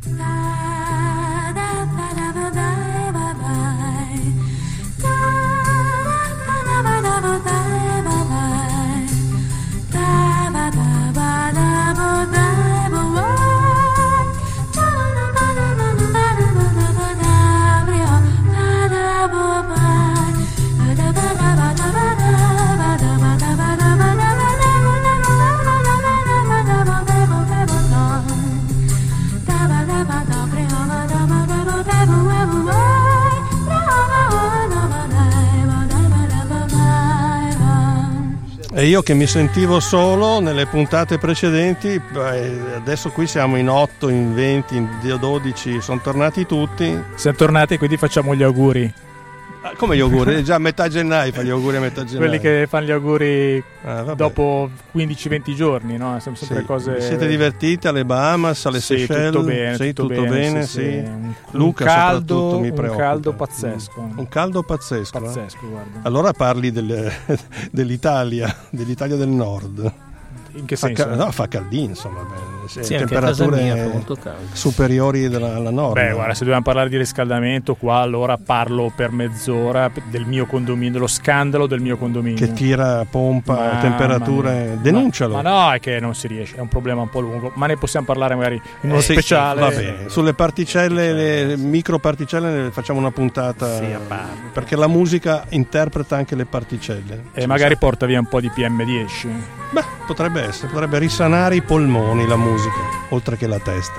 E io che mi sentivo solo nelle puntate precedenti, adesso qui siamo in 8, in 20, in 12, sono tornati tutti. Siamo tornati, quindi facciamo gli auguri. Come gli auguri? Già a metà gennaio, fa gli auguri a metà gennaio. Quelli che fanno gli auguri dopo 15-20 giorni, no? Sempre cose... Vi siete divertiti alle Bahamas, alle Seychelles? Tutto bene, sì, tutto bene, sì. Luca soprattutto mi preoccupa. Un caldo pazzesco. Un caldo pazzesco. Pazzesco, guarda. Allora parli dell'Italia del Nord. In che senso? Fa caldino, insomma, temperature molto superiori alla norma. Beh, guarda, se dobbiamo parlare di riscaldamento qua, allora parlo per mezz'ora del mio condominio, dello scandalo del mio condominio. Che tira pompa temperature, denuncialo. Ma no, è che non si riesce, è un problema un po' lungo, ma ne possiamo parlare magari in uno speciale. Va bene. Sulle particelle, le microparticelle ne facciamo una puntata, perché la musica interpreta anche le particelle. E magari porta via un po' di PM10. Beh, potrebbe risanare i polmoni la musica, oltre che la testa.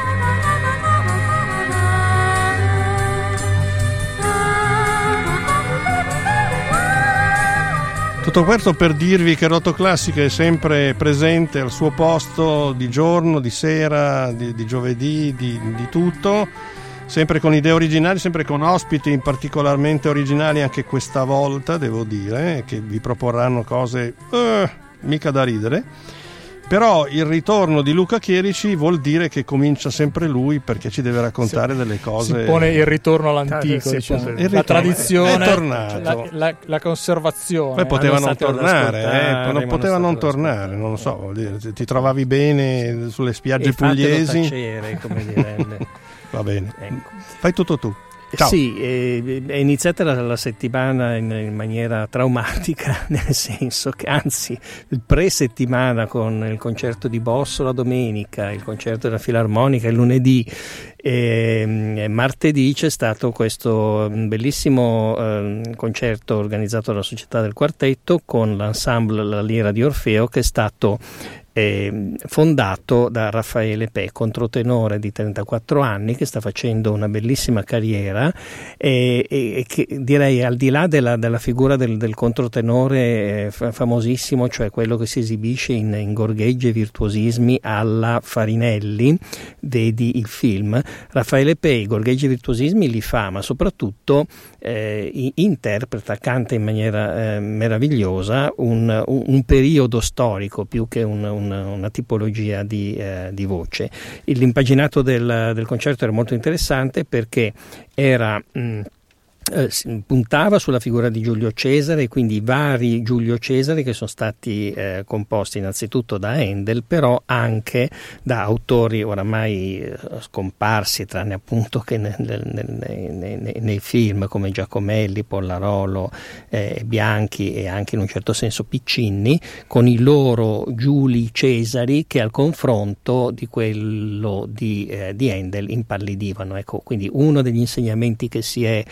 Tutto questo per dirvi che Rotoclassica è sempre presente al suo posto di giorno, di sera, di giovedì, di tutto, sempre con idee originali, sempre con ospiti particolarmente originali anche questa volta, devo dire, che vi proporranno cose mica da ridere. Però il ritorno di Luca Chierici vuol dire che comincia sempre lui, perché ci deve raccontare delle cose. Si pone il ritorno all'antico, diciamo. La tradizione, è tornato. La conservazione. Poi poteva non tornare, non poteva non tornare, non lo so, vuol dire, ti trovavi bene sulle spiagge pugliesi. Tacere, come dire. Va bene, ecco. Fai tutto tu. Ciao. Sì, è iniziata la settimana in maniera traumatica, nel senso che anzi il pre-settimana con il concerto di Bosso la domenica, il concerto della Filarmonica il lunedì, martedì c'è stato questo bellissimo concerto organizzato dalla Società del Quartetto con l'ensemble La Lira di Orfeo, che è stato fondato da Raffaele Pe, controtenore di 34 anni che sta facendo una bellissima carriera e che direi, al di là della figura del controtenore famosissimo, cioè quello che si esibisce in gorgheggi e virtuosismi alla Farinelli, vedi il film, Raffaele Pe i gorgheggi e virtuosismi li fa, ma soprattutto interpreta, canta in maniera meravigliosa un periodo storico più che una tipologia di voce. L'impaginato del concerto era molto interessante perché era puntava sulla figura di Giulio Cesare, e quindi i vari Giulio Cesare che sono stati composti innanzitutto da Handel, però anche da autori oramai scomparsi, tranne appunto che nei film come Giacomelli, Pollarolo, Bianchi e anche in un certo senso Piccinni, con i loro Giuli Cesari che al confronto di quello di Handel impallidivano. Ecco, quindi uno degli insegnamenti che si è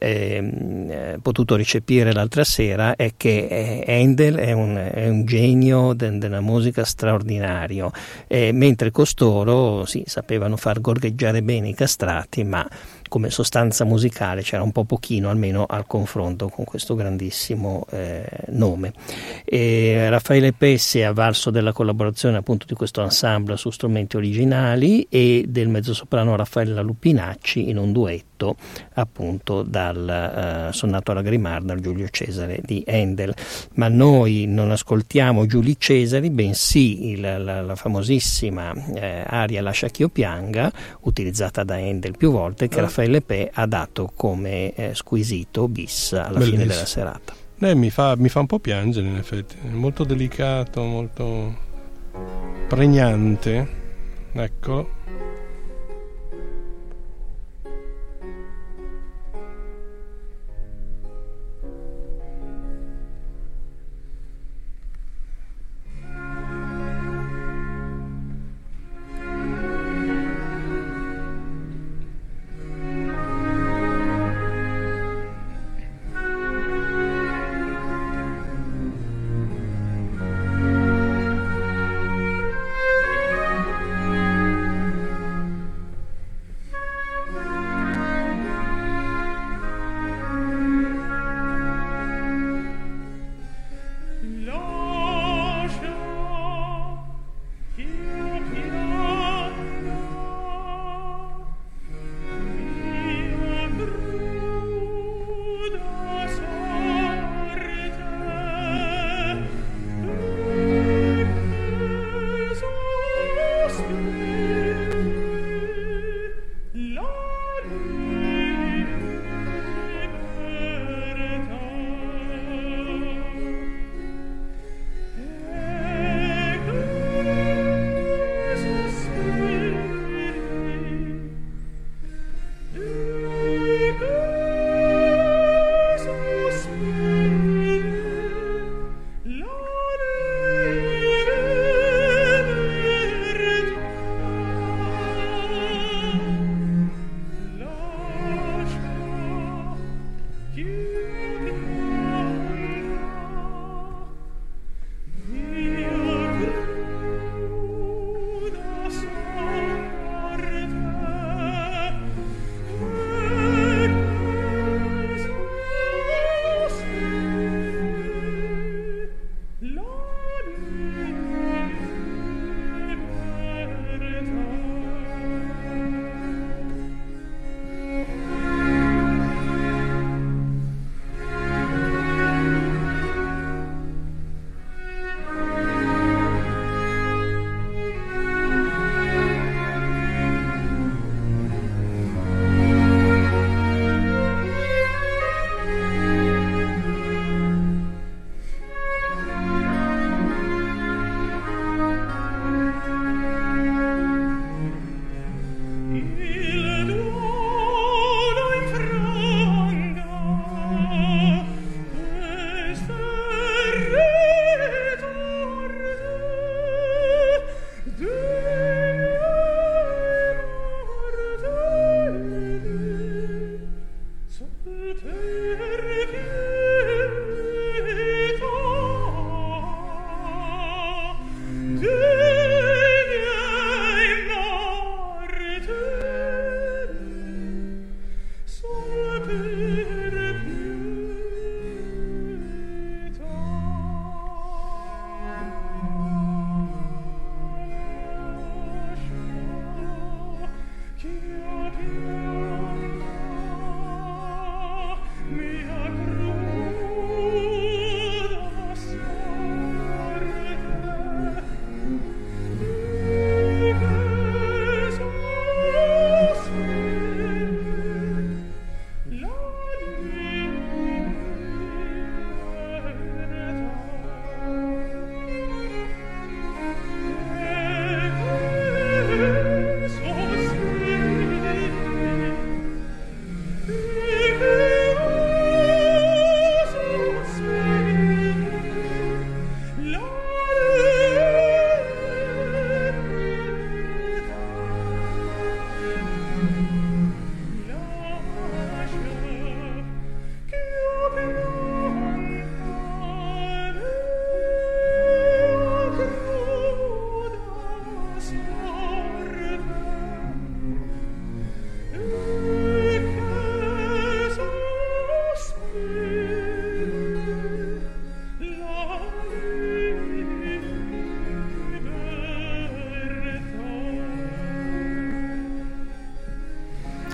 potuto ricepire l'altra sera è che Handel è un genio della musica straordinario, mentre costoro sapevano far gorgheggiare bene i castrati, ma come sostanza musicale c'era un po' pochino, almeno al confronto con questo grandissimo nome. Raffaele Pe si è avvalso della collaborazione appunto di questo ensemble su strumenti originali e del mezzosoprano Raffaella Lupinacci in un duetto appunto dal Sonnato alla Grimarda al Giulio Cesare di Handel. Ma noi non ascoltiamo Giuli Cesari, bensì la famosissima aria Lascia ch'io pianga, utilizzata da Handel più volte, che Raffaele Pe ha dato come squisito bis alla fine della serata. Mi fa un po' piangere, in effetti, è molto delicato, molto pregnante, ecco.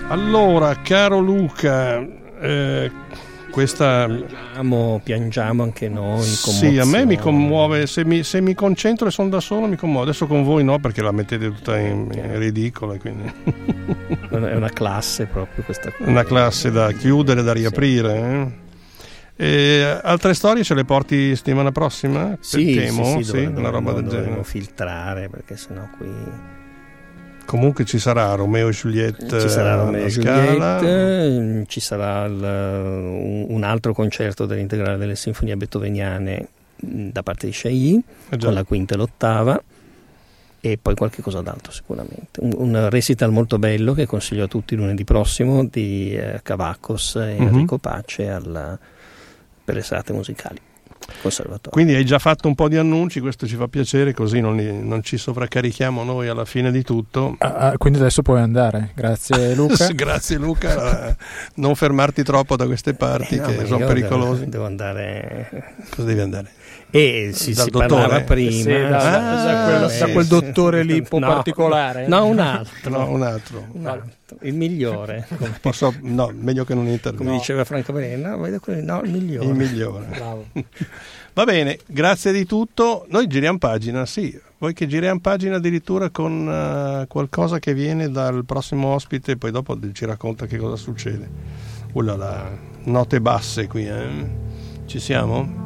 Allora, caro Luca, questa piangiamo anche noi. Sì, a me mi commuove, se mi concentro e sono da solo mi commuove. Adesso con voi no, perché la mettete tutta in ridicolo, quindi. È una classe proprio questa cosa. Una classe da chiudere, da riaprire. E altre storie ce le porti settimana prossima? Sì, temo, una roba del genere. Dobbiamo filtrare, perché sennò qui. Comunque ci sarà Romeo e Juliette, ci sarà Romeo e Scala. Juliette, ci sarà un altro concerto dell'integrale delle sinfonie beethoveniane da parte di Chailly, con la quinta e l'ottava, e poi qualche cosa d'altro sicuramente. Un recital molto bello che consiglio a tutti lunedì prossimo di Cavacos e Enrico Pace per le serate musicali. Conservatorio. Quindi hai già fatto un po' di annunci, questo ci fa piacere, così non ci sovraccarichiamo noi alla fine di tutto. Quindi adesso puoi andare. Grazie Luca. Grazie Luca, non fermarti troppo da queste parti che sono pericolose. Devo andare. Cosa devi andare? Si parlava prima da quel dottore lì un po' particolare. No, un altro. Il migliore. Meglio che non intervenire. Come diceva Franco Barena, il migliore. Il migliore. Bravo. Va bene, grazie di tutto. Noi giriamo pagina, sì. Voi che giriamo pagina addirittura con qualcosa che viene dal prossimo ospite, poi dopo ci racconta che cosa succede. Note basse qui, Ci siamo?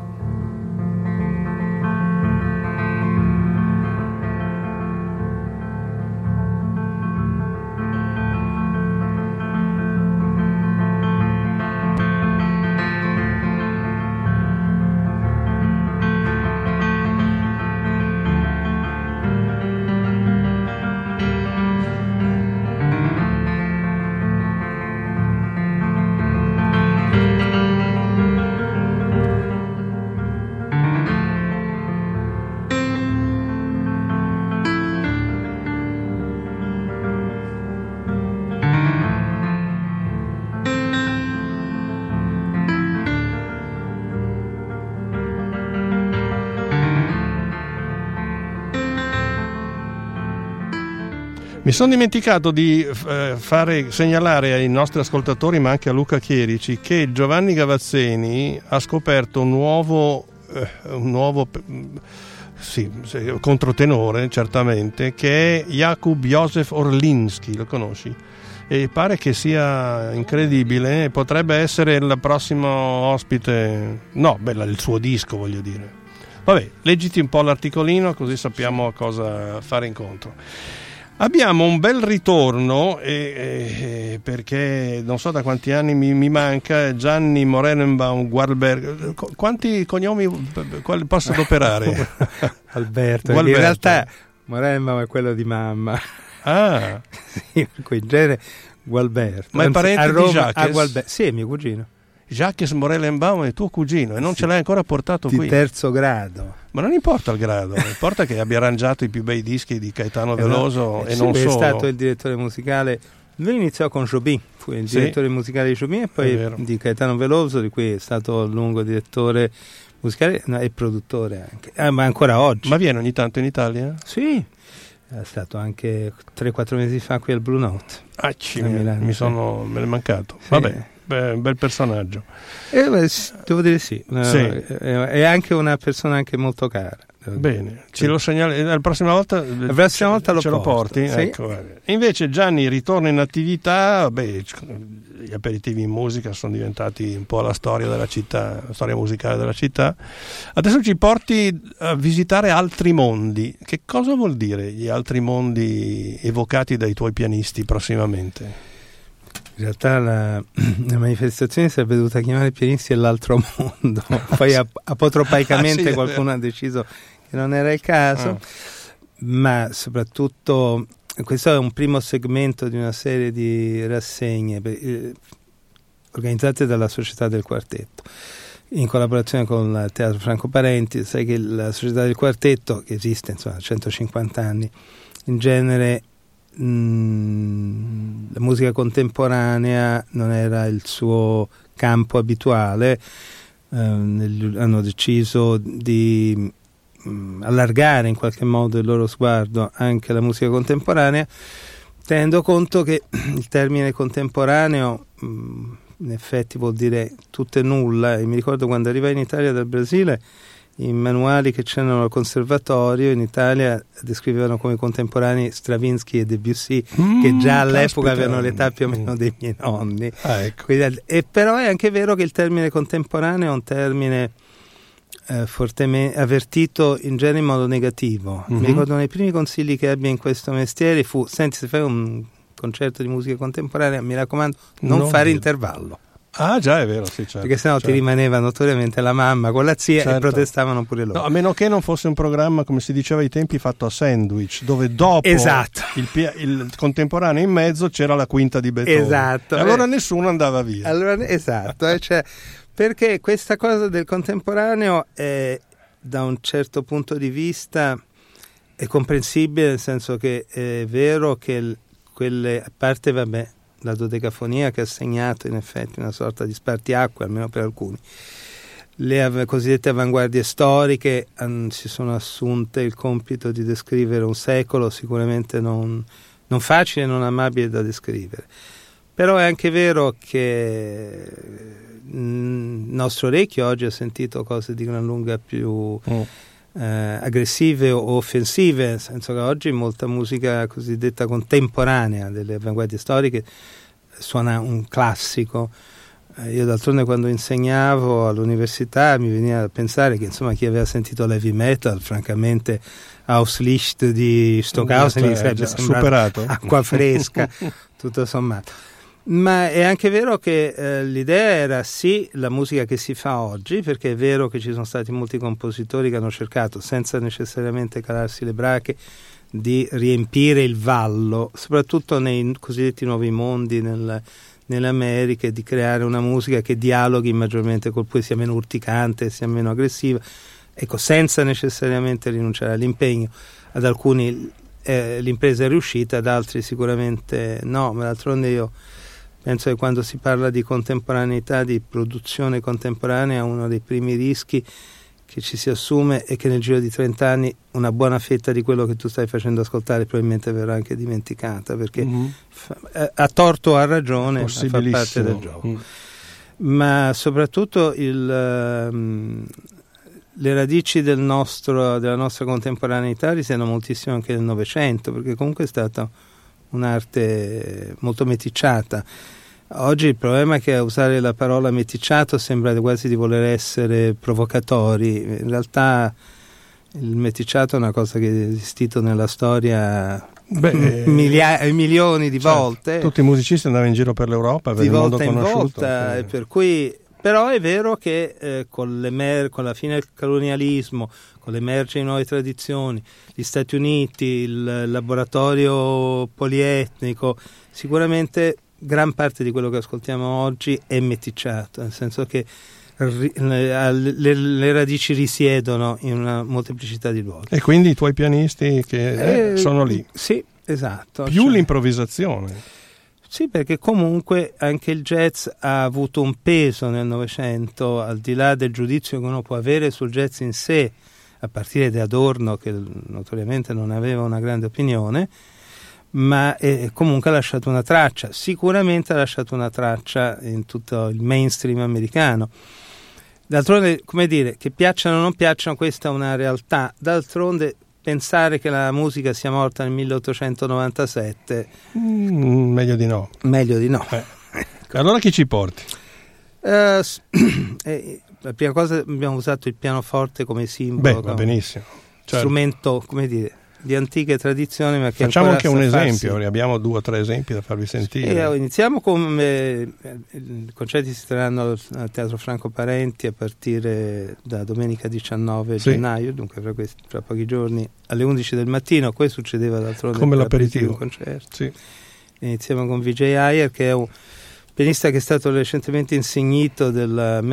Mi sono dimenticato di segnalare ai nostri ascoltatori, ma anche a Luca Chierici, che Giovanni Gavazzeni ha scoperto un nuovo controtenore, certamente, che è Jakub Józef Orliński. Lo conosci? E pare che sia incredibile, potrebbe essere il prossimo ospite, il suo disco, voglio dire. Vabbè, leggiti un po' l'articolino così sappiamo a cosa fare incontro. Abbiamo un bel ritorno perché non so da quanti anni mi manca Gianni Morenbaum Gualberto. Quanti cognomi posso adoperare? Alberto. In realtà Morenbaum è quello di mamma. Ah, sì, in genere Gualberto. Ma è parente di Jacques? Sì, è mio cugino. Jacques Morenbaum è tuo cugino e non ce l'hai ancora portato qui. Di terzo grado. Ma non importa il grado, importa che abbia arrangiato i più bei dischi di Caetano Veloso e non solo. È stato il direttore musicale. Lui iniziò con Jobim, fu il direttore musicale di Jobim e poi di Caetano Veloso, di cui è stato a lungo direttore musicale e produttore anche. Ma ancora oggi. Ma viene ogni tanto in Italia? Sì. È stato anche 3-4 mesi fa qui al Blue Note. Me l'è mancato. Sì. Vabbè. Bel personaggio. Devo dire sì. È anche una persona anche molto cara. Bene, ce lo segnali la prossima volta lo porti. Sì. Ecco. Invece Gianni ritorna in attività. Gli aperitivi in musica sono diventati un po' la storia della città, la storia musicale della città. Adesso ci porti a visitare altri mondi. Che cosa vuol dire gli altri mondi evocati dai tuoi pianisti prossimamente? In realtà la manifestazione sarebbe dovuta chiamare pianisti dell'altro mondo, poi apotropaicamente qualcuno ha deciso che non era il caso, ma soprattutto questo è un primo segmento di una serie di rassegne organizzate dalla Società del Quartetto in collaborazione con il Teatro Franco Parenti. Sai che la Società del Quartetto, che esiste insomma 150 anni, in genere la musica contemporanea non era il suo campo abituale, hanno deciso di allargare in qualche modo il loro sguardo anche alla musica contemporanea, tenendo conto che il termine contemporaneo in effetti vuol dire tutto e nulla, e mi ricordo quando arrivai in Italia dal Brasile, i manuali che c'erano al conservatorio in Italia descrivevano come contemporanei Stravinsky e Debussy, che già all'epoca avevano l'età più o meno dei miei nonni. Ecco. Quindi, e però è anche vero che il termine contemporaneo è un termine fortemente avvertito in genere in modo negativo. Mi ricordo uno dei primi consigli che ebbi in questo mestiere fu: senti, se fai un concerto di musica contemporanea, mi raccomando, non fare intervallo. Ah già, è vero, sì, certo. Perché sennò ti rimaneva notoriamente la mamma con la zia, e protestavano pure loro. No, a meno che non fosse un programma, come si diceva ai tempi, fatto a sandwich, dove dopo il contemporaneo in mezzo c'era la quinta di Beethoven. Esatto. E allora nessuno andava via. Allora, esatto, cioè, perché questa cosa del contemporaneo è, da un certo punto di vista, è comprensibile, nel senso che è vero che quelle, a parte la dodecafonia, che ha segnato in effetti una sorta di spartiacque, almeno per alcuni, le cosiddette avanguardie storiche si sono assunte il compito di descrivere un secolo sicuramente non facile e non amabile da descrivere. Però è anche vero che il nostro orecchio oggi ha sentito cose di gran lunga più aggressive o offensive, nel senso che oggi molta musica cosiddetta contemporanea delle avanguardie storiche suona un classico. Io d'altronde, quando insegnavo all'università, mi veniva a pensare che insomma chi aveva sentito l'heavy metal, francamente Auslicht di Stockhausen gli sarebbe sembrato acqua fresca, tutto sommato. Ma è anche vero che l'idea era sì la musica che si fa oggi, perché è vero che ci sono stati molti compositori che hanno cercato, senza necessariamente calarsi le brache, di riempire il vallo, soprattutto nei cosiddetti nuovi mondi, nelle Americhe, di creare una musica che dialoghi maggiormente col poi, sia meno urticante, sia meno aggressiva, ecco, senza necessariamente rinunciare all'impegno. Ad alcuni l'impresa è riuscita, ad altri sicuramente no, ma d'altronde io penso che quando si parla di contemporaneità, di produzione contemporanea, uno dei primi rischi che ci si assume è che nel giro di 30 anni una buona fetta di quello che tu stai facendo ascoltare probabilmente verrà anche dimenticata, perché a torto o a ragione fa parte del gioco. Ma soprattutto le radici della nostra contemporaneità risiedono moltissimo anche nel Novecento, perché comunque è stata un'arte molto meticciata. Oggi il problema è che a usare la parola meticciato sembra quasi di voler essere provocatori. In realtà il meticciato è una cosa che è esistito nella storia milioni di volte. Tutti i musicisti andavano in giro per l'Europa, per il mondo conosciuto. E per cui, però è vero che con la fine del colonialismo, con l'emergere di nuove tradizioni, gli Stati Uniti, il laboratorio polietnico, sicuramente gran parte di quello che ascoltiamo oggi è meticciato, nel senso che le radici risiedono in una molteplicità di luoghi. E quindi i tuoi pianisti che sono lì? Sì, esatto. Più l'improvvisazione. Sì, perché comunque anche il jazz ha avuto un peso nel Novecento, al di là del giudizio che uno può avere sul jazz in sé, a partire da Adorno, che notoriamente non aveva una grande opinione, ma comunque ha lasciato una traccia, sicuramente ha lasciato una traccia in tutto il mainstream americano. D'altronde, come dire, che piacciono o non piacciono, questa è una realtà. D'altronde, pensare che la musica sia morta nel 1897 meglio di no. Allora chi ci porti? La prima cosa, abbiamo usato il pianoforte come simbolo. Va benissimo, certo. Strumento, come dire, di antiche tradizioni, ma che facciamo anche un esempio, abbiamo 2 o 3 esempi da farvi sentire. Iniziamo con i concerti si terranno al Teatro Franco Parenti a partire da domenica 19 gennaio, dunque fra pochi giorni, alle 11 del mattino. Poi succedeva d'altronde come l'aperitivo. Concerto. Iniziamo con Vijay Iyer, che è un pianista che è stato recentemente insignito di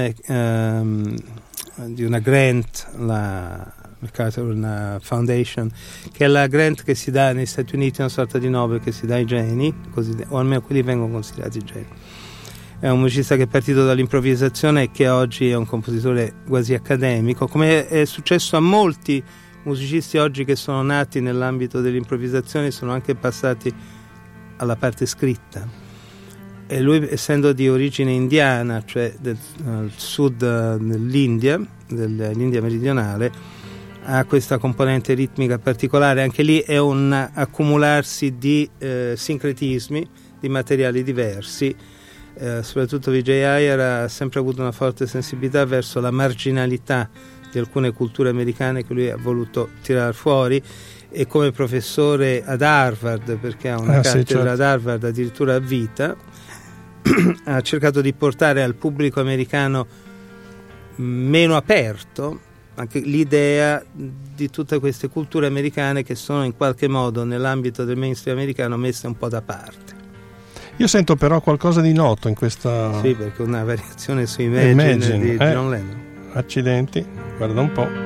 una grant, la MacArthur Foundation, che è la grant che si dà negli Stati Uniti, una sorta di Nobel che si dà ai geni, o almeno quelli vengono considerati geni. È un musicista che è partito dall'improvvisazione e che oggi è un compositore quasi accademico, come è successo a molti musicisti oggi che sono nati nell'ambito dell'improvvisazione, sono anche passati alla parte scritta. E lui, essendo di origine indiana, cioè del sud dell'India meridionale, ha questa componente ritmica particolare. Anche lì è un accumularsi di sincretismi, di materiali diversi. Soprattutto Vijay Iyer ha sempre avuto una forte sensibilità verso la marginalità di alcune culture americane che lui ha voluto tirare fuori, e come professore ad Harvard, perché ha una cattedra certo. ad Harvard addirittura a vita, ha cercato di portare al pubblico americano meno aperto anche l'idea di tutte queste culture americane che sono in qualche modo nell'ambito del mainstream americano messe un po' da parte. Io sento però qualcosa di noto in questa... Sì, perché una variazione su Imagine di John Lennon. Accidenti, guarda un po'.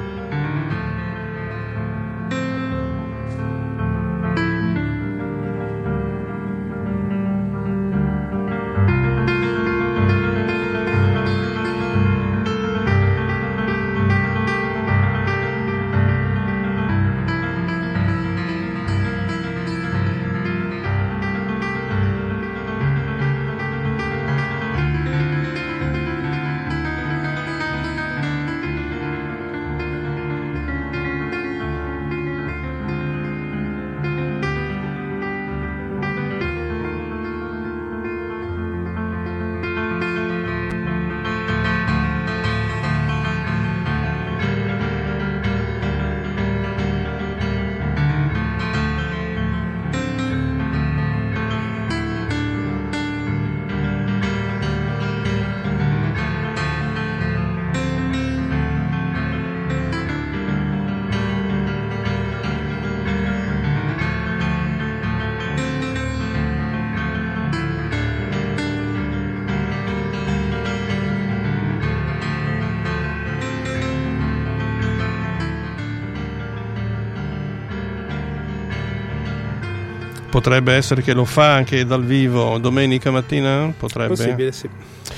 Potrebbe essere che lo fa anche dal vivo domenica mattina? Potrebbe? Possibile, sì.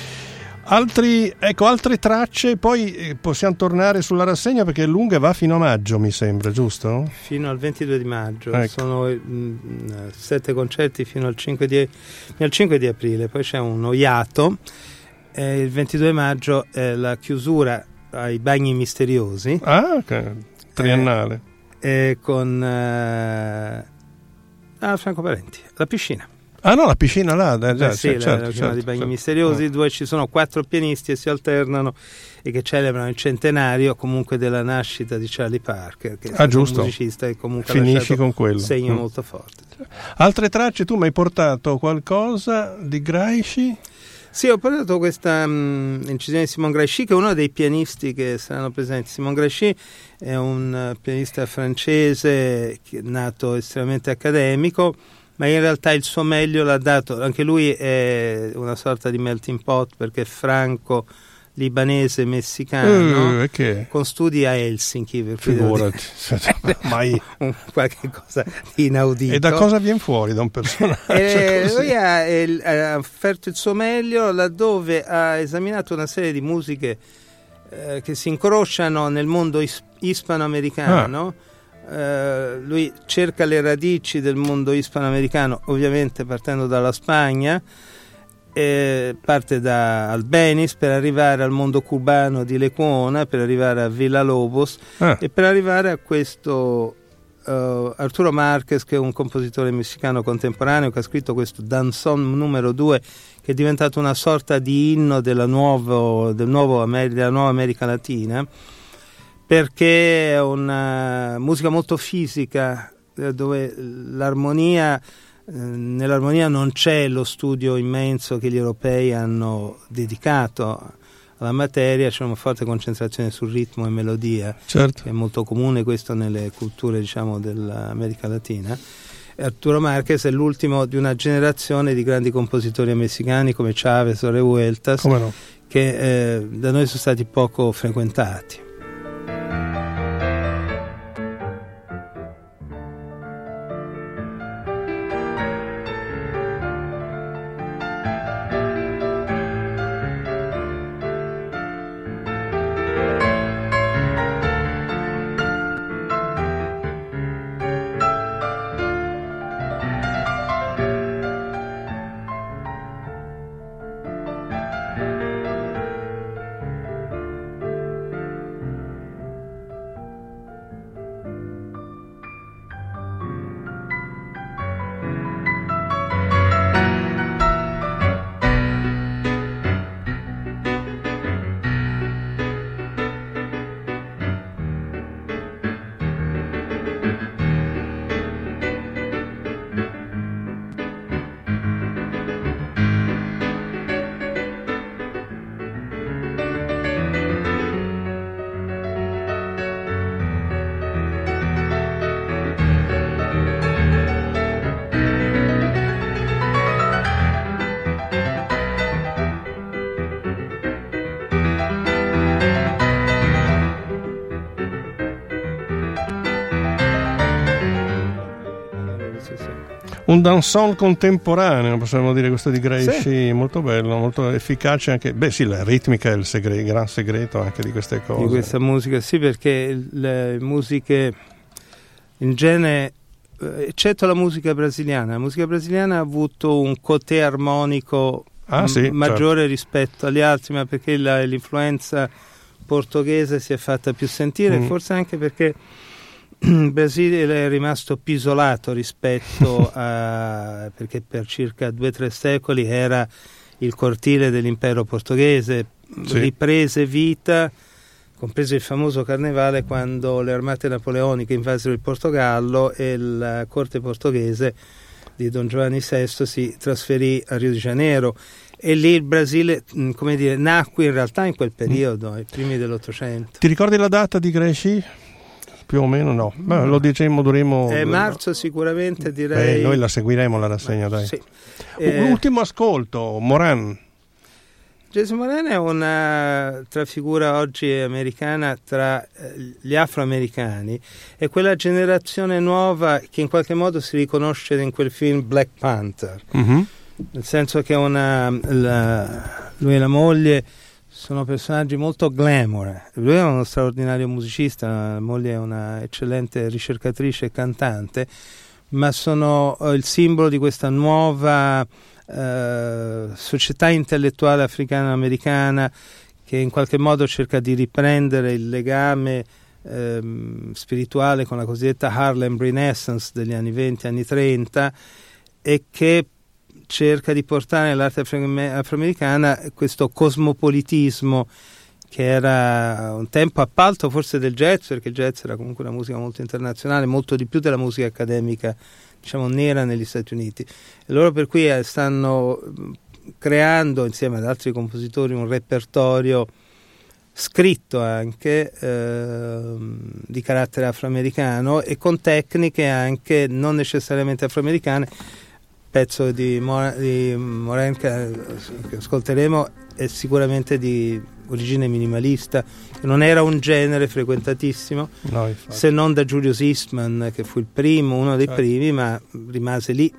Altre tracce, poi possiamo tornare sulla rassegna perché è lunga e va fino a maggio, mi sembra, giusto? Fino al 22 di maggio, ecco. Sono 7 concerti fino al 5 di aprile, poi c'è uno iato, il 22 maggio è la chiusura ai Bagni Misteriosi. Ah, ok, triennale. Con Franco Parenti, la piscina. Ah no, la piscina là, già, sì, certo, di Bagni Misteriosi, dove ci sono 4 pianisti e si alternano e che celebrano il centenario comunque della nascita di Charlie Parker, che è un musicista e comunque finisci con quello. Un segno molto forte. Altre tracce, tu mi hai portato qualcosa di Gramsci? Sì, ho portato questa incisione di Simon Gramsci, che è uno dei pianisti che saranno presenti. Simon Gramsci è un pianista francese che è nato estremamente accademico, ma in realtà il suo meglio l'ha dato, anche lui è una sorta di melting pot perché è franco, libanese, messicano, con studi a Helsinki, per figurati, mai qualche cosa di inaudito. E da cosa viene fuori da un personaggio lui ha offerto il suo meglio laddove ha esaminato una serie di musiche che si incrociano nel mondo ispanoamericano. Lui cerca le radici del mondo ispanoamericano, ovviamente partendo dalla Spagna, parte da Albéniz per arrivare al mondo cubano di Lecuona, per arrivare a Villa-Lobos e per arrivare a questo Arturo Márquez, che è un compositore messicano contemporaneo che ha scritto questo Danzón numero 2, che è diventato una sorta di inno della nuova America Latina, perché è una musica molto fisica, dove nell'armonia non c'è lo studio immenso che gli europei hanno dedicato alla materia, c'è una forte concentrazione sul ritmo e melodia, certo. Che è molto comune questo nelle culture, diciamo, dell'America Latina. Arturo Márquez è l'ultimo di una generazione di grandi compositori messicani come Chávez o Revueltas, che da noi sono stati poco frequentati. Un dansant contemporaneo, possiamo dire, questo di Gresci, sì. Molto bello, molto efficace anche. Beh sì, la ritmica è il gran segreto anche di queste cose. Di questa musica, sì, perché le musiche in genere, eccetto la musica brasiliana ha avuto un côté armonico maggiore, certo, rispetto agli altri, ma perché l'influenza portoghese si è fatta più sentire, forse anche perché il Brasile è rimasto più isolato rispetto a perché per circa 2-3 secoli era il cortile dell'impero portoghese, sì, riprese vita, compreso il famoso carnevale, quando le armate napoleoniche invasero il Portogallo e la corte portoghese di Don Giovanni VI si trasferì a Rio de Janeiro, e lì il Brasile, come dire, nacque in realtà in quel periodo, ai primi dell'800. Ti ricordi la data di Gresci? Più o meno no. Beh, lo diremo. Marzo sicuramente, direi. Noi la seguiremo la rassegna, dai. Sì. Ultimo ascolto, Moran. Jason Moran è una figura oggi americana tra gli afroamericani, è quella generazione nuova che in qualche modo si riconosce in quel film Black Panther, nel senso che lui e la moglie sono personaggi molto glamour. Lui è uno straordinario musicista, la moglie è una eccellente ricercatrice e cantante, ma sono il simbolo di questa nuova società intellettuale africano-americana che in qualche modo cerca di riprendere il legame spirituale con la cosiddetta Harlem Renaissance degli anni 20, anni 30, e che cerca di portare nell'arte afroamericana questo cosmopolitismo che era un tempo appalto forse del jazz, perché il jazz era comunque una musica molto internazionale, molto di più della musica accademica, diciamo, nera negli Stati Uniti. E loro per cui stanno creando insieme ad altri compositori un repertorio scritto anche di carattere afroamericano e con tecniche anche non necessariamente afroamericane. Pezzo di Moran che ascolteremo è sicuramente di origine minimalista, non era un genere frequentatissimo, no, se non da Julius Eastman, che fu il primo, uno dei primi, ma rimase lì.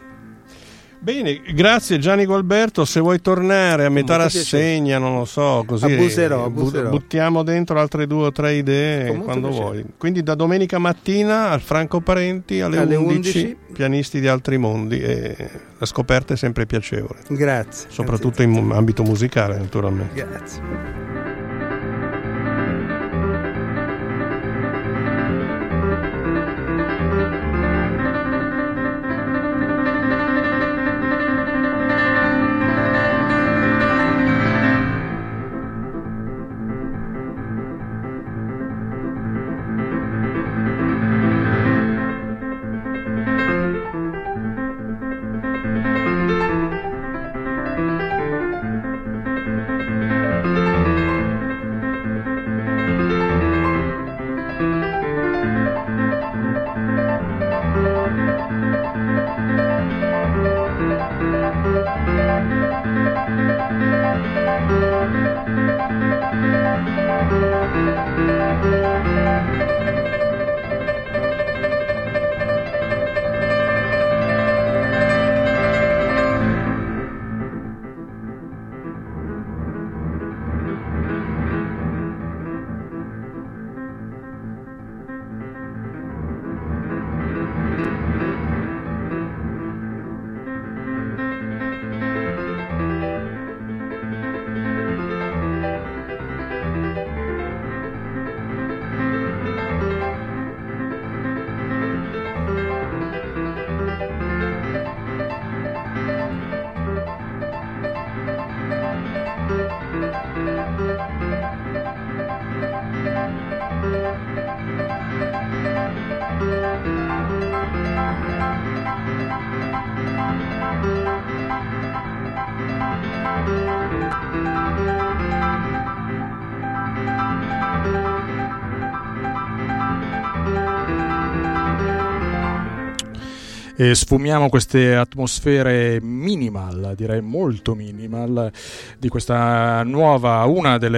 Bene, grazie Gianni Gualberto. Se vuoi tornare a metà rassegna, non lo so, così abuserò. Buttiamo dentro altre 2 o 3 idee quando vuoi. Quindi da domenica mattina al Franco Parenti alle 11, pianisti di altri mondi, e la scoperta è sempre piacevole. Grazie. Soprattutto in ambito musicale, naturalmente. Grazie. e sfumiamo queste atmosfere minimal, direi molto minimal, di questa nuova,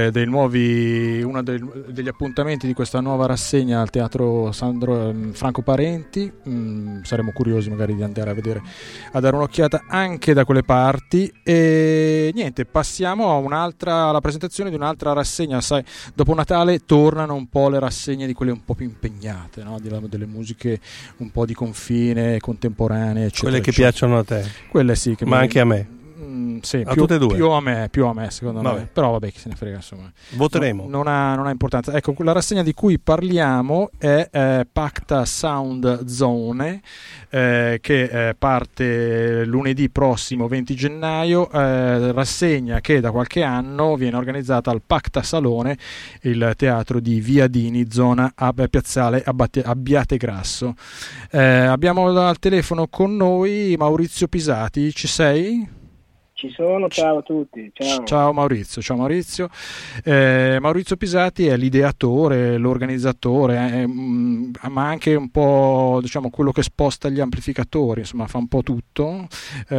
degli appuntamenti di questa nuova rassegna al Teatro Franco Parenti. Saremo curiosi magari di andare a dare un'occhiata anche da quelle parti. E niente, passiamo alla presentazione di un'altra rassegna. Sai, dopo Natale tornano un po' le rassegne di quelle un po' più impegnate, no? Delle musiche un po' di confine, contemporanee, eccetera. Quelle che piacciono a te. Quelle sì, ma anche a me. Sì, a tutte e due. Più a me secondo me, però vabbè, chi se ne frega, insomma, voteremo. Non ha importanza. Ecco, la rassegna di cui parliamo è Pacta Sound Zone, che parte lunedì prossimo 20 gennaio, rassegna che da qualche anno viene organizzata al Pacta Salone, il teatro di Via Dini, zona piazzale Abbiategrasso. Abbiamo al telefono con noi Maurizio Pisati. Ci sei? Ci sono, ciao a tutti. Ciao Maurizio. Maurizio Pisati è l'ideatore, l'organizzatore, ma anche un po', diciamo, quello che sposta gli amplificatori, insomma fa un po' tutto.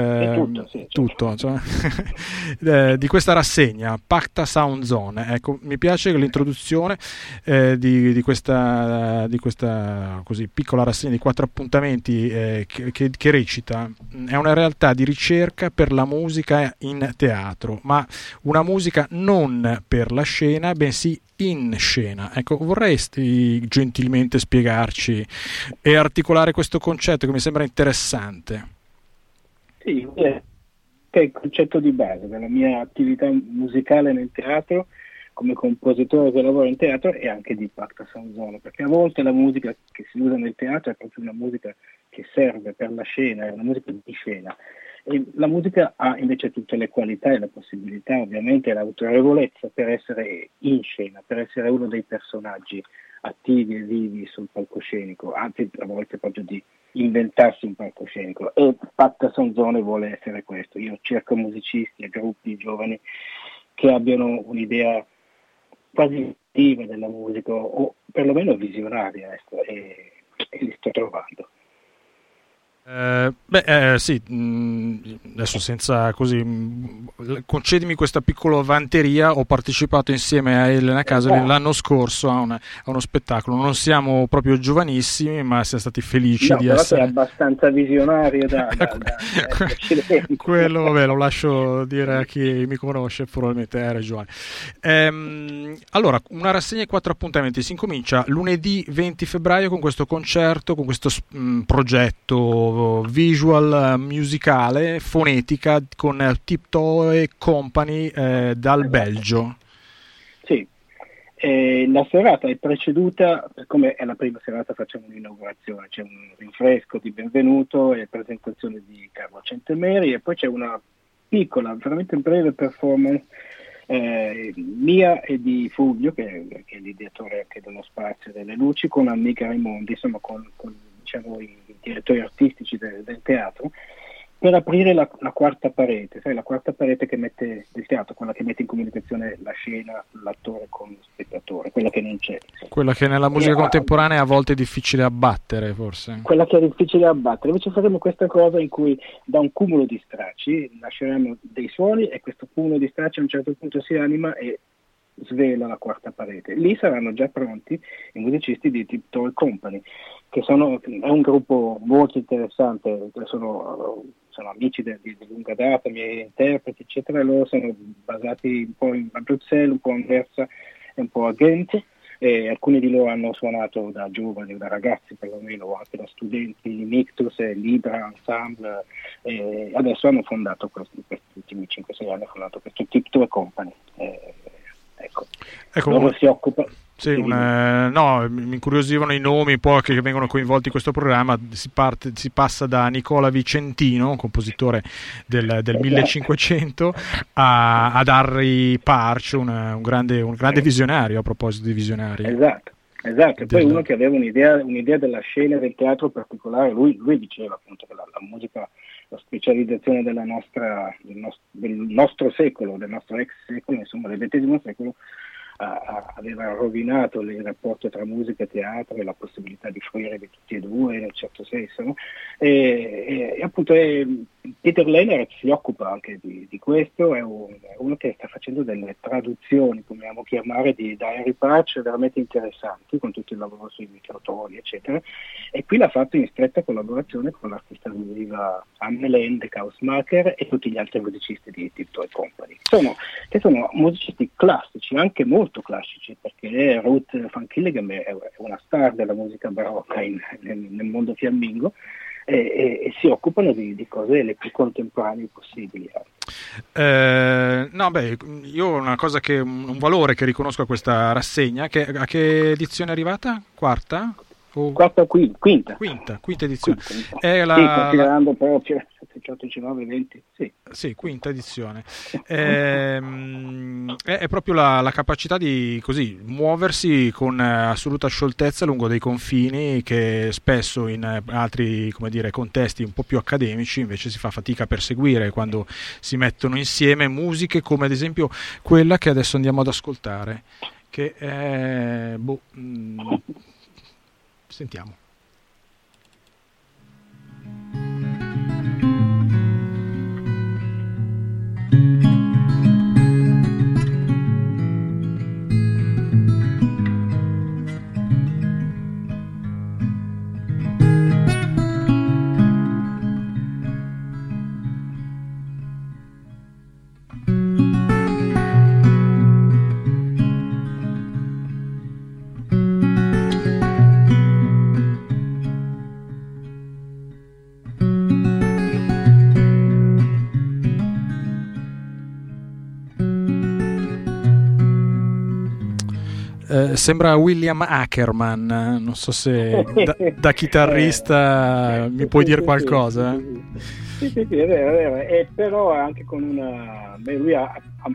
Tutto, cioè, di questa rassegna Pacta Sound Zone. Ecco, mi piace l'introduzione di questa così piccola rassegna di 4 appuntamenti che recita: è una realtà di ricerca per la musica in teatro, ma una musica non per la scena, bensì in scena. Ecco, vorresti gentilmente spiegarci e articolare questo concetto che mi sembra interessante? Sì, che è il concetto di base della mia attività musicale nel teatro, come compositore che lavora in teatro, e anche di Pacta Sound Zone, perché a volte la musica che si usa nel teatro è proprio una musica che serve per la scena, è una musica di scena. E la musica ha invece tutte le qualità e le possibilità, ovviamente, l'autorevolezza per essere in scena, per essere uno dei personaggi attivi e vivi sul palcoscenico, anzi a volte proprio di inventarsi un palcoscenico. E Pacta Sound Zone vuole essere questo. Io cerco musicisti e gruppi giovani che abbiano un'idea quasi attiva della musica, o perlomeno visionaria, ecco, e li sto trovando. Sì, adesso senza così, concedimi questa piccola vanteria. Ho partecipato insieme a Elena Casoli l'anno scorso a uno spettacolo. Non siamo proprio giovanissimi, ma siamo stati felici di essere. Sei abbastanza visionario da quello, vabbè, lo lascio dire a chi mi conosce, probabilmente hai ragione. Allora, una rassegna e 4 appuntamenti. Si incomincia lunedì 20 febbraio con questo concerto, con questo progetto visual, musicale, fonetica, con Tiptoe Company dal Belgio. Sì, la serata è preceduta, come è la prima serata facciamo un'inaugurazione, c'è un rinfresco di benvenuto e presentazione di Carlo Centemeri, e poi c'è una piccola, veramente breve performance mia e di Fulvio, che è l'ideatore anche dello Spazio delle Luci, con Annika Raimondi, insomma con diciamo i direttori artistici del teatro, per aprire la quarta parete, sai, la quarta parete che mette del teatro, quella che mette in comunicazione la scena, l'attore con lo spettatore, quella che non c'è. Quella che nella musica contemporanea a volte è difficile abbattere, forse. Quella che è difficile abbattere. Invece faremo questa cosa in cui da un cumulo di stracci nasceranno dei suoni, e questo cumulo di stracci a un certo punto si anima e svela la quarta parete. Lì saranno già pronti i musicisti di Tiptoe Company, che è un gruppo molto interessante, sono amici di lunga data, miei interpreti, eccetera. Loro sono basati un po' a Bruxelles, un po' a Anversa e un po' a Ghent, e alcuni di loro hanno suonato da giovani, da ragazzi perlomeno, o anche da studenti, Nictus e Libra Ensemble, e adesso hanno fondato questi ultimi 5-6 anni, hanno fondato questo Tiptoe Company. Ecco, loro si occupa. Sì, no, mi incuriosivano i nomi poi che vengono coinvolti in questo programma. Si passa da Nicola Vicentino, un compositore del 1500, ad Harry Parch, un grande visionario, a proposito di visionari. Esatto. E poi uno che aveva un'idea della scena, del teatro particolare. Lui diceva appunto che la musica, la specializzazione del nostro secolo, del nostro ex secolo, insomma del XX secolo, aveva rovinato il rapporto tra musica e teatro e la possibilità di fruire di tutti e due in un certo senso, no? E appunto Peter Leonard si occupa anche di questo, è uno che sta facendo delle traduzioni, come amo chiamare, di Diary Patch veramente interessanti, con tutto il lavoro sui microtoni eccetera, e qui l'ha fatto in stretta collaborazione con l'artista visiva Anne Lende, Kausmacher e tutti gli altri musicisti di Tiptoe e Company, che sono musicisti classici, anche molto classici, perché Ruth Van Killegem è una star della musica barocca nel mondo fiammingo, e si occupano di cose le più contemporanee possibili. Io una cosa un valore che riconosco a questa rassegna, a che edizione è arrivata? Quarta? Quinta edizione. Considerando proprio 7, 19, 20. Sì, quinta edizione. È proprio la capacità di così muoversi con assoluta scioltezza lungo dei confini che spesso in altri, come dire, contesti un po' più accademici invece si fa fatica a perseguire, quando si mettono insieme musiche come ad esempio quella che adesso andiamo ad ascoltare, che è sentiamo. Sembra William Ackerman, non so se da chitarrista mi puoi dire qualcosa? Sì, è vero. E però anche con lui ha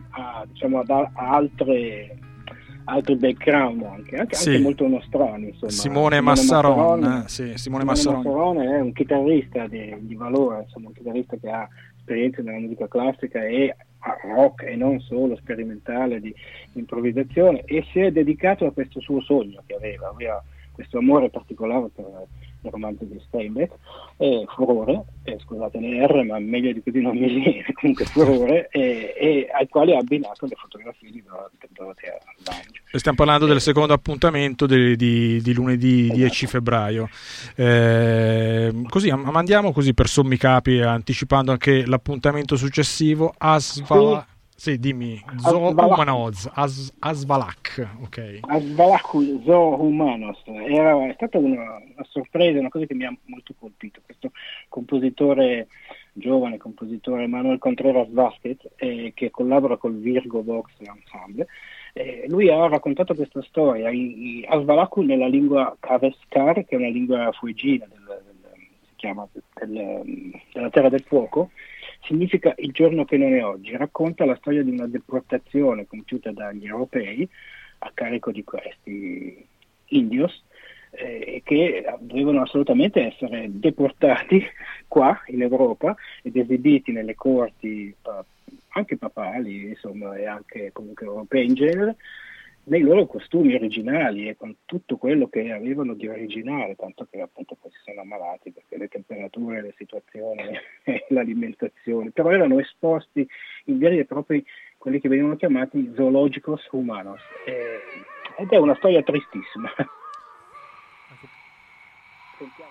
altri background anche molto nostrani, insomma. Simone Massaron è un chitarrista di valore, insomma, un chitarrista che ha esperienza nella musica classica e rock e non solo, sperimentale, di improvvisazione, e si è dedicato a questo suo sogno che aveva questo amore particolare per il romanzo di Steinbeck, e furore, scusate le R, ma meglio di così non mi viene, comunque furore, e ai quali ha abbinato le fotografie di Dorothea Lange. Stiamo parlando del secondo appuntamento di lunedì 10 febbraio. Così andiamo così per sommi capi, anticipando anche l'appuntamento successivo. Sì, dimmi. Zoohumanos, Asvalak, ok. Asvalak Zoohumanos è stata una sorpresa, una cosa che mi ha molto colpito. Questo giovane compositore Manuel Contreras Vázquez, che collabora col Virgo Vox Ensemble. Lui ha raccontato questa storia Asvalak nella lingua Kaveskar, che è una lingua fueggina della Terra del Fuoco. Significa il giorno che non è oggi. Racconta la storia di una deportazione compiuta dagli europei a carico di questi indios, che dovevano assolutamente essere deportati qua in Europa ed esibiti nelle corti anche papali, insomma, e anche comunque europee in genere, nei loro costumi originali e con tutto quello che avevano di originale, tanto che appunto poi si sono ammalati perché le temperature, le situazioni e l'alimentazione, però erano esposti in veri e propri quelli che venivano chiamati zoologicos humanos, ed è una storia tristissima. Sentiamo.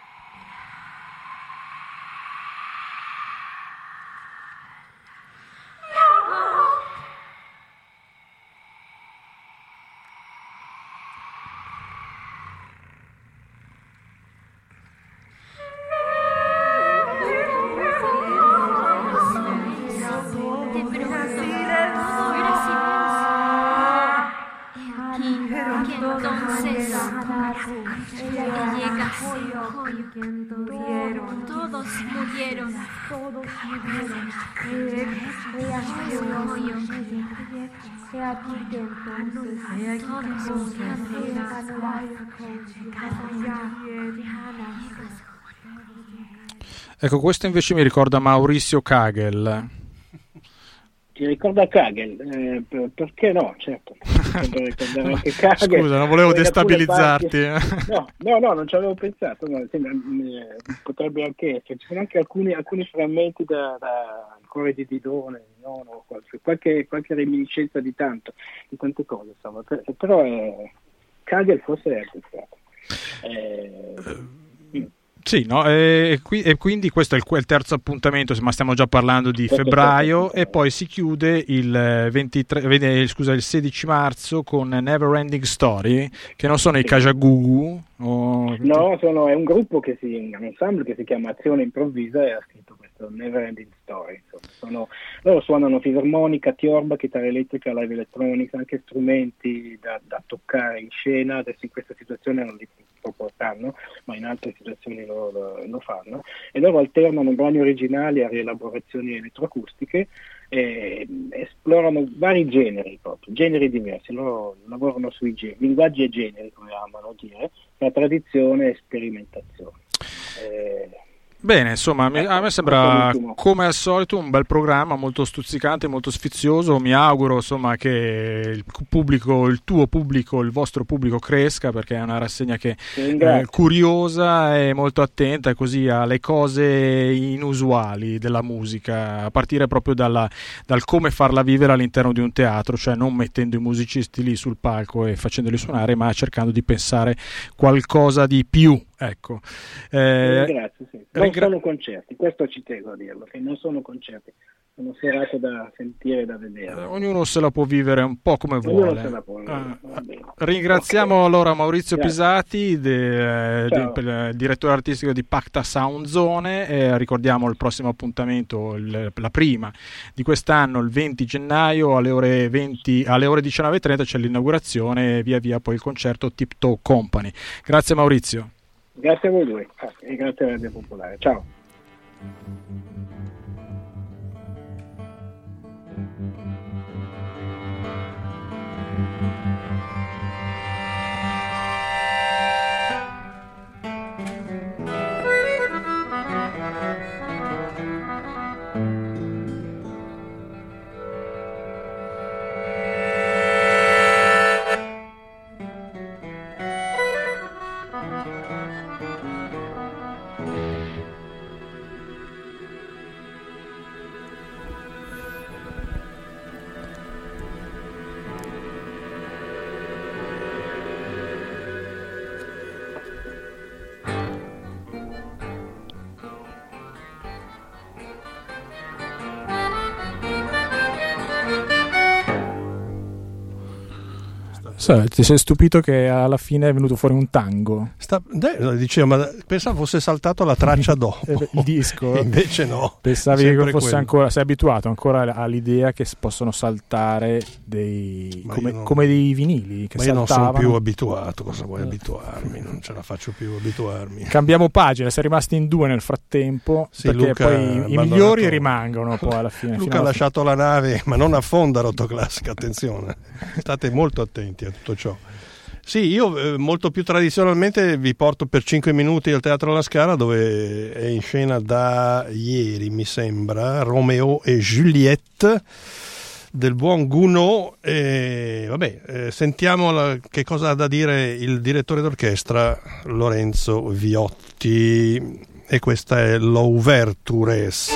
Todos murieron. Ecco, questo invece mi ricorda Maurizio Kagel. Ti ricorda Kagel? Perché no, certo. anche Kage. Scusa, non volevo destabilizzarti. No, non ci avevo pensato. No, potrebbe anche essere. Ci sono anche alcuni frammenti da cuore di Didone, no, qualche reminiscenza di tante cose, insomma. Però Kage forse è anche stato. Sì, no? E quindi questo è il terzo appuntamento, ma stiamo già parlando di febbraio, e poi si chiude il 16 marzo con Never Ending Story, che non sono i Kajagoogoo. No, è un gruppo un ensemble che si chiama Azione Improvvisa e ha scritto questo Never Ending Story. Insomma, loro suonano fisarmonica, tiorba, chitarra elettrica, live electronics, anche strumenti da toccare in scena. Adesso in questa situazione non li sopportano, ma in altre situazioni lo fanno, e loro alternano brani originali a rielaborazioni elettroacustiche e esplorano vari generi diversi. Loro lavorano sui linguaggi e generi, come amano dire, tra tradizione e sperimentazione. Bene, insomma, a me sembra come al solito un bel programma, molto stuzzicante, molto sfizioso. Mi auguro, insomma, che il vostro pubblico cresca, perché è una rassegna che è curiosa e molto attenta così alle cose inusuali della musica, a partire proprio dal come farla vivere all'interno di un teatro, cioè non mettendo i musicisti lì sul palco e facendoli suonare, ma cercando di pensare qualcosa di più. Ecco. Grazie, sì. Non sono concerti, questo ci tengo a dirlo, che non sono concerti, sono serate da sentire e da vedere. Ognuno se la può vivere un po' come vuole. Se la può vivere. Ringraziamo allora Maurizio Pisati, direttore artistico di Pacta Sound Zone, ricordiamo il prossimo appuntamento, la prima di quest'anno, il 20 gennaio alle ore 19:30 c'è l'inaugurazione e via poi il concerto Tip Toe Company. Grazie Maurizio. Grazie a voi due e grazie a Radio Popolare. Ciao. Ti sei stupito che alla fine è venuto fuori un tango? Dicevo, ma pensavo fosse saltato la traccia dopo il disco. Invece no. Pensavi che fosse ancora, sei abituato ancora all'idea che possono saltare come dei vinili che ma saltavano. Io non sono più abituato, cosa vuoi abituarmi? Non ce la faccio più abituarmi. Cambiamo pagina, sei rimasti in due nel frattempo, perché Luca poi i migliori rimangono poi alla fine. Luca ha lasciato la nave, ma non affonda Rotoclassica, attenzione, state molto attenti a tutto ciò. Sì, io molto più tradizionalmente vi porto per 5 minuti al Teatro La Scala, dove è in scena da ieri, mi sembra, Romeo e Juliette del buon Gounod. Sentiamo che cosa ha da dire il direttore d'orchestra Lorenzo Viotti, e questa è l'Ouvertures.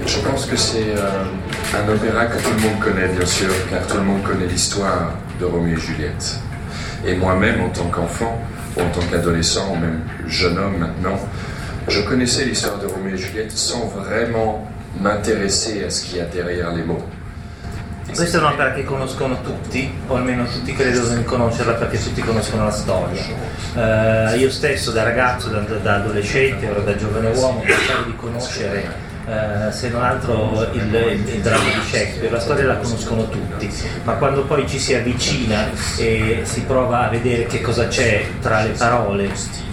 Je pense que c'est un opéra que tout le monde connaît, bien sûr, car tout le monde connaît l'histoire de Roméo et Juliette. Et moi-même, en tant qu'enfant, ou en tant qu'adolescent, ou même jeune homme maintenant, je connaissais l'histoire de Roméo et Juliette sans vraiment m'intéresser à ce qu'il y a derrière les mots. Questa è un'opera che conoscono tutti, o almeno tutti credono di conoscerla perché tutti conoscono la storia. Io stesso da ragazzo, da adolescente, ora da giovane uomo, pensavo di conoscere se non altro il dramma di Shakespeare. La storia la conoscono tutti, ma quando poi ci si avvicina e si prova a vedere che cosa c'è tra le parole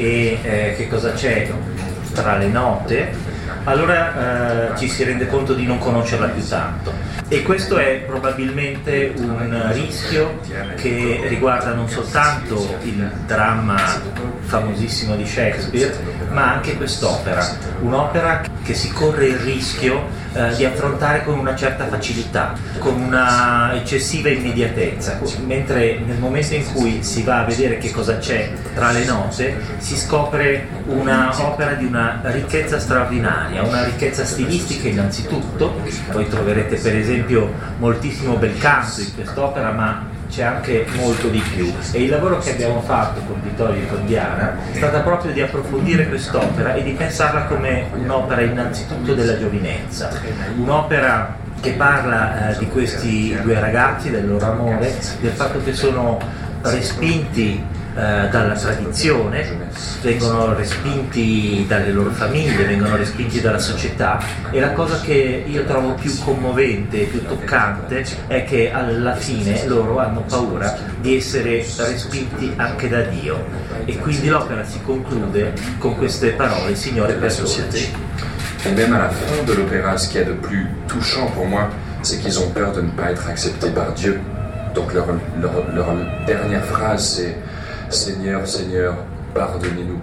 e che cosa c'è tra le note, allora ci si rende conto di non conoscerla più tanto. E questo è probabilmente un rischio che riguarda non soltanto il dramma famosissimo di Shakespeare, ma anche quest'opera, un'opera che si corre il rischio di affrontare con una certa facilità, con una eccessiva immediatezza, mentre nel momento in cui si va a vedere che cosa c'è tra le note si scopre una opera di una ricchezza straordinaria, una ricchezza stilistica innanzitutto. Voi troverete per esempio moltissimo bel canto in quest'opera, ma c'è anche molto di più, e il lavoro che abbiamo fatto con Vittorio e con Diana è stato proprio di approfondire quest'opera e di pensarla come un'opera innanzitutto della giovinezza, un'opera che parla di questi due ragazzi, del loro amore, del fatto che sono respinti dalla tradizione, vengono respinti dalle loro famiglie, vengono respinti dalla società, e la cosa che io trovo più commovente e più toccante è che alla fine loro hanno paura di essere respinti anche da Dio, e quindi l'opera si conclude con queste parole: Signore, perdonaci. Et même à la fin de l'opéra, ce qu'il y a de plus touchant pour moi, c'est qu'ils ont peur de ne pas être acceptés par Dieu. Donc leur dernière phrase, c'est Seigneur, Seigneur, pardonnez-nous.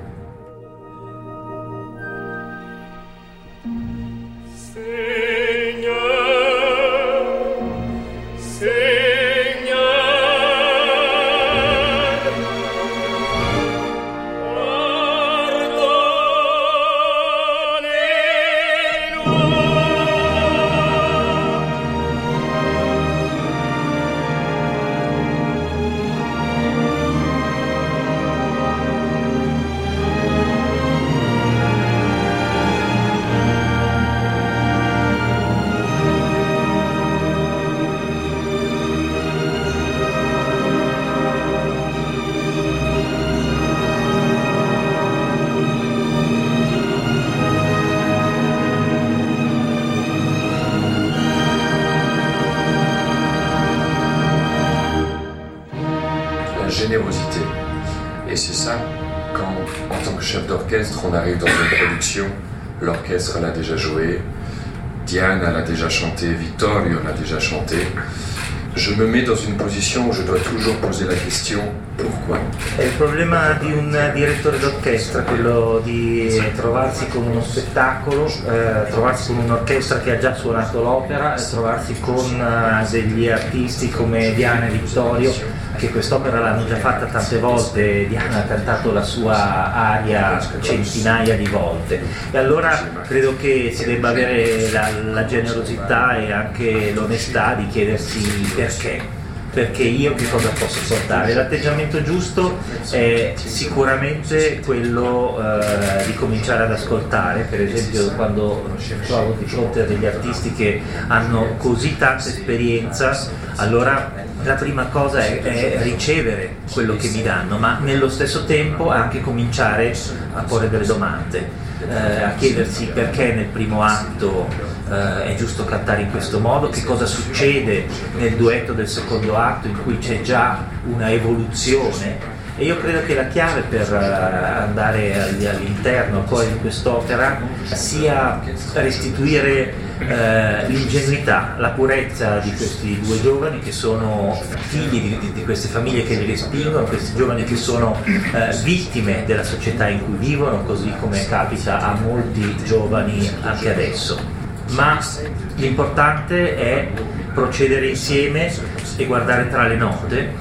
Générosité. Et c'est ça, quand en tant que chef d'orchestre on arrive dans une production, l'orchestre l'a déjà joué, Diane l'a déjà chanté, Vittorio l'a déjà chanté, je me mets dans une position où je dois toujours poser la question pourquoi. È il problema di un direttore d'orchestra, quello di trovarsi con uno spettacolo, trovarsi con un'orchestra che ha già suonato l'opera, e trovarsi con degli artisti come Diana e Vittorio che quest'opera l'hanno già fatta tante volte. Diana ha cantato la sua aria centinaia di volte, e allora credo che si debba avere la generosità e anche l'onestà di chiedersi perché io che cosa posso portare. L'atteggiamento giusto è sicuramente quello di cominciare ad ascoltare. Per esempio, quando mi trovo di fronte a degli artisti che hanno così tanta esperienza, allora la prima cosa è ricevere quello che mi danno, ma nello stesso tempo anche cominciare a porre delle domande, a chiedersi perché nel primo atto è giusto cantare in questo modo, che cosa succede nel duetto del secondo atto in cui c'è già una evoluzione. E io credo che la chiave per andare all'interno poi di quest'opera sia restituire l'ingenuità, la purezza di questi due giovani che sono figli di queste famiglie che li respingono, questi giovani che sono vittime della società in cui vivono, così come capita a molti giovani anche adesso. ma l'importante è procedere insieme e guardare tra le note.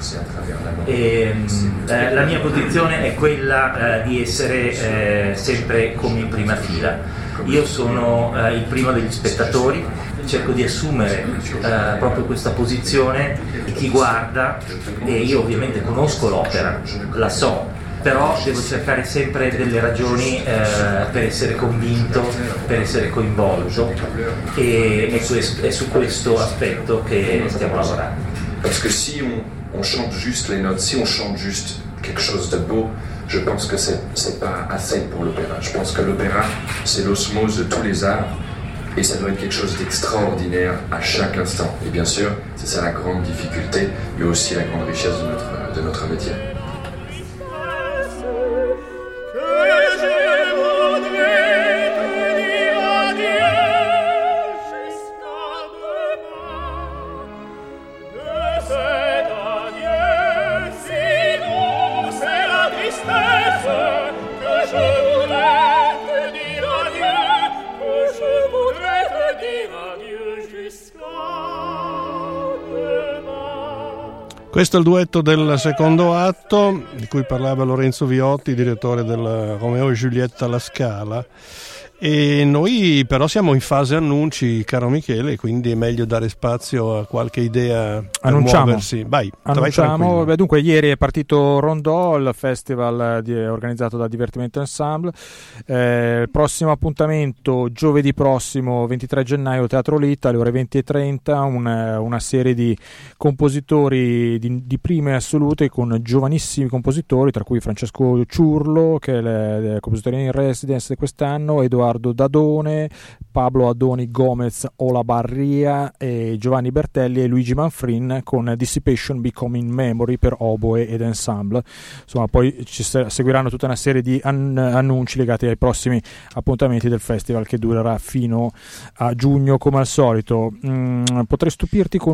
La mia posizione è quella di essere sempre come in prima fila. Io sono il primo degli spettatori, cerco di assumere proprio questa posizione di chi guarda, e io ovviamente conosco l'opera, la so, però devo cercare sempre delle ragioni per essere convinto, per essere coinvolto, e è su questo aspetto che stiamo lavorando. Parce que si on chante juste les notes, si on chante juste quelque chose de beau, je pense que c'est pas assez pour l'opéra. Je pense que l'opéra, c'est l'osmose de tous les arts, et ça doit être quelque chose d'extraordinaire à chaque instant. Et bien sûr, c'est ça la grande difficulté, mais aussi la grande richesse de notre métier. Questo è il duetto del secondo atto, di cui parlava Lorenzo Viotti, direttore del Romeo e Giulietta alla Scala. E noi però siamo in fase annunci, caro Michele, quindi è meglio dare spazio a qualche idea per muoversi. Vai, annunciamo. Dunque, ieri è partito Rondò, il festival organizzato da Divertimento Ensemble. Il prossimo appuntamento, giovedì prossimo, 23 gennaio, Teatro Litta, alle ore 20:30, una serie di compositori di prime assolute, con giovanissimi compositori, tra cui Francesco Ciurlo, che è il compositore in residence di quest'anno, Edoardo Dadone, Pablo Adoni Gomez Olabarria, e Giovanni Bertelli e Luigi Manfrin, con Dissipation Becoming Memory per oboe ed ensemble. Insomma, poi ci seguiranno tutta una serie di annunci legati ai prossimi appuntamenti del festival, che durerà fino a giugno come al solito. Potrei stupirti con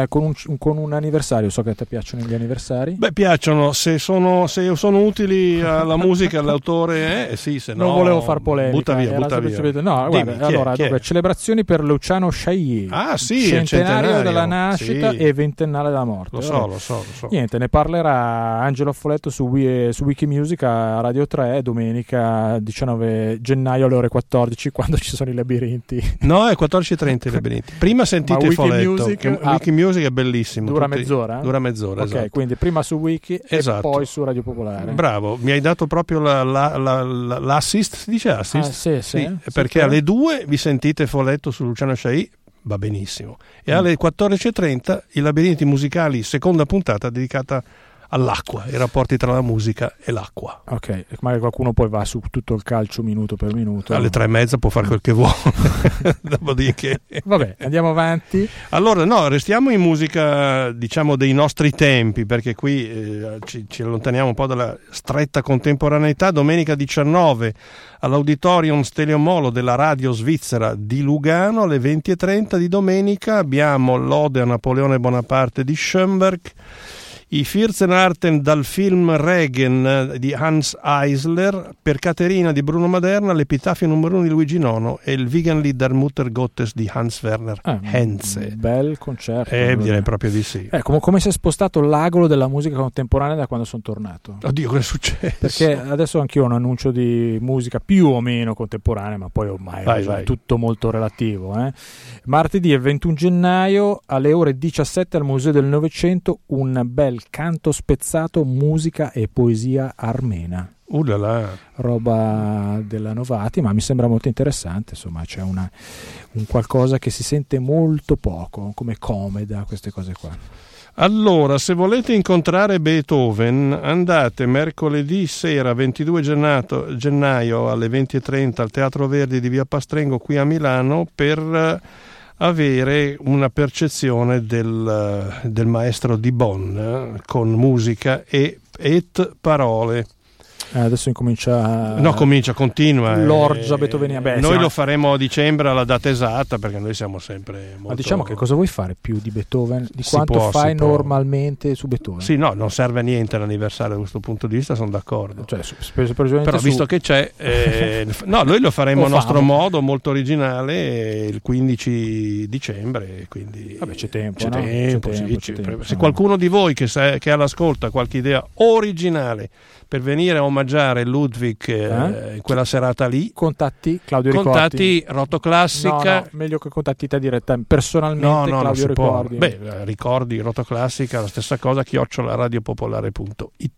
un anniversario. So che a te piacciono gli anniversari. Beh, piacciono, se sono utili alla musica, all'autore, sì, se no non volevo far polemica, butta via. No, guarda, allora, celebrazioni per Luciano Chailly, centenario della nascita, sì, e ventennale della morte. Lo so. Niente, ne parlerà Angelo Folletto su Wikimusic a Radio 3 domenica 19 gennaio alle ore 14, quando ci sono i labirinti. No, è 14:30 i labirinti. Prima sentite Folletto, Wikimusic è bellissimo. Dura mezz'ora? Dura mezz'ora, ok, esatto. Quindi prima su Wiki, esatto, e poi su Radio Popolare. Bravo, mi hai dato proprio l'assist, si dice assist? Sì, perché alle 2 vi sentite Folletto su Luciano Chailly, va benissimo, e alle 14:30 i labirinti musicali, seconda puntata dedicata all'acqua, i rapporti tra la musica e l'acqua. Ok, magari qualcuno poi va su tutto il calcio minuto per minuto. Alle 3:30 può fare quel che vuole. Dopodiché vabbè, andiamo avanti. Allora, no, restiamo in musica, diciamo, dei nostri tempi, perché qui ci allontaniamo un po' dalla stretta contemporaneità. Domenica 19 all'Auditorium Stelio Molo della Radio Svizzera di Lugano, alle 20:30 di domenica, abbiamo l'Ode a Napoleone Bonaparte di Schoenberg, i Vierzehnarten dal film Regen di Hans Eisler, per Caterina di Bruno Maderna, l'Epitafio numero 1 di Luigi Nono e il Wiegenlied der Mutter Gottes di Hans Werner Henze. Bel concerto. Direi proprio di sì. Come si è spostato l'agolo della musica contemporanea da quando sono tornato? Oddio, cosa è successo? Perché adesso anch'io ho un annuncio di musica più o meno contemporanea, ma poi ormai è tutto molto relativo. Martedì 21 gennaio alle ore 17 al Museo del Novecento, un bel canto spezzato, musica e poesia armena. Roba della Novati, ma mi sembra molto interessante. Insomma, c'è un qualcosa che si sente molto poco, come Comeda, queste cose qua. Allora, se volete incontrare Beethoven, andate mercoledì sera 22 gennaio alle 20:30 al Teatro Verdi di Via Pastrengo qui a Milano, per avere una percezione del maestro di Bonn, con musica et parole. Adesso incomincia. No, continua. L'orgia beethovenia. Noi lo faremo a dicembre alla data esatta, perché noi siamo sempre molto... Ma diciamo, che cosa vuoi fare più di Beethoven? Di quanto fai normalmente su Beethoven? Sì, no, non serve a niente l'anniversario da questo punto di vista, sono d'accordo. Cioè, però visto che c'è, no, noi lo faremo a nostro modo, molto originale, il 15 dicembre, quindi vabbè, c'è tempo. C'è tempo. Se qualcuno di voi che all'ascolto ha qualche idea originale per venire a omaggiare Ludwig in quella serata lì, contatti Claudio Ricordi. Rotoclassica. No, meglio che contatti te direttamente, personalmente. Claudio Ricordi. Ricordi Rotoclassica, la stessa cosa, @radiopopolare.it.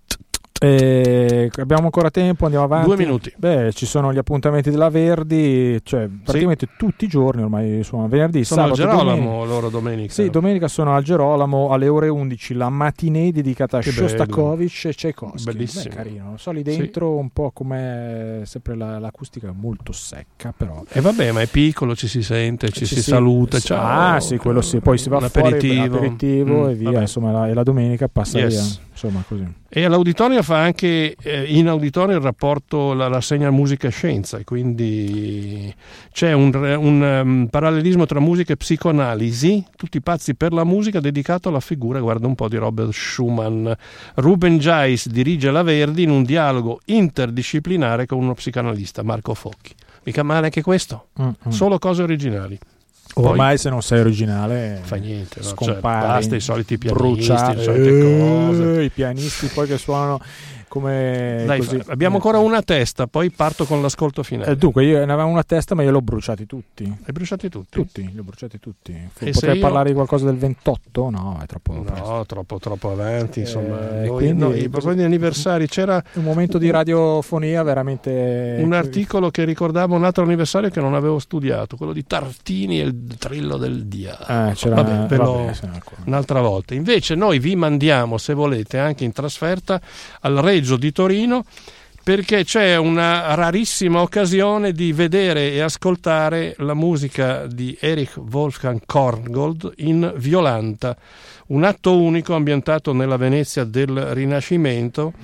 Abbiamo ancora tempo, andiamo avanti. 2 minuti. Ci sono gli appuntamenti della Verdi, cioè praticamente tutti i giorni ormai sono venerdì, sono sabato, al Gerolamo loro domenica. Sì, domenica sono al Gerolamo alle ore 11, la matinée dedicata a Shostakovich e Tchaikovsky. Bellissimo. Carino, non so, lì dentro un po' come sempre l'acustica è molto secca, però. E vabbè, ma è piccolo, ci si sente, ci si saluta. Ciao. Sì, quello sì, poi si va aperitivo e via, insomma, e la domenica passa via. Insomma, così. E all'auditorio fa anche in auditorio il rapporto, la rassegna musica e scienza, e quindi c'è un parallelismo tra musica e psicoanalisi, tutti pazzi per la musica, dedicato alla figura, guarda un po', di Robert Schumann. Ruben Giais dirige la Verdi in un dialogo interdisciplinare con uno psicanalista, Marco Focchi. Mica male anche questo, solo cose originali. Ormai se non sei originale fa niente, no? Scompari, basta i soliti pianisti, le solite cose. I pianisti poi che suonano come dai, così. Abbiamo ancora una testa, poi parto con l'ascolto finale. Dunque, io ne avevo una testa, ma io l'ho bruciati tutti. Hai bruciati tutti? Tutti, li ho bruciati tutti. Potrei parlare di qualcosa del 28? No, è troppo troppo avanti, insomma. Quindi, i propri di anniversari, c'era un momento di radiofonia veramente. Un articolo che ricordava un altro anniversario che non avevo studiato, quello di Tartini e il Trillo del Diavolo. Un'altra volta. Invece noi vi mandiamo, se volete, anche in trasferta al Regio di Torino, perché c'è una rarissima occasione di vedere e ascoltare la musica di Erich Wolfgang Korngold in Violanta, un atto unico ambientato nella Venezia del Rinascimento.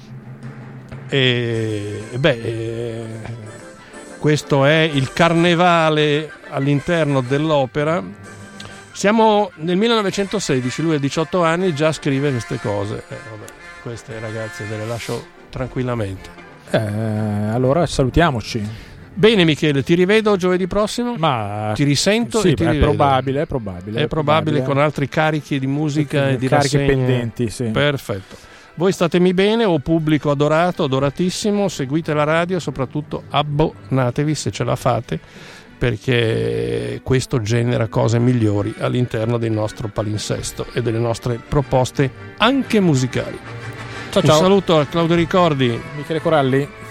Questo è il carnevale all'interno dell'opera. Siamo nel 1916, lui ha 18 anni, già scrive queste cose. Queste ragazze ve le lascio tranquillamente. Allora salutiamoci. Bene Michele, ti rivedo giovedì prossimo? Ma ti risento e ti rivedo. È probabile con altri carichi di musica e di rassegne pendenti, sì. Perfetto. Voi statemi bene, o pubblico adorato, adoratissimo, seguite la radio, soprattutto abbonatevi se ce la fate, perché questo genera cose migliori all'interno del nostro palinsesto e delle nostre proposte anche musicali. Ciao. Un saluto a Claudio Ricordi, Michele Coralli.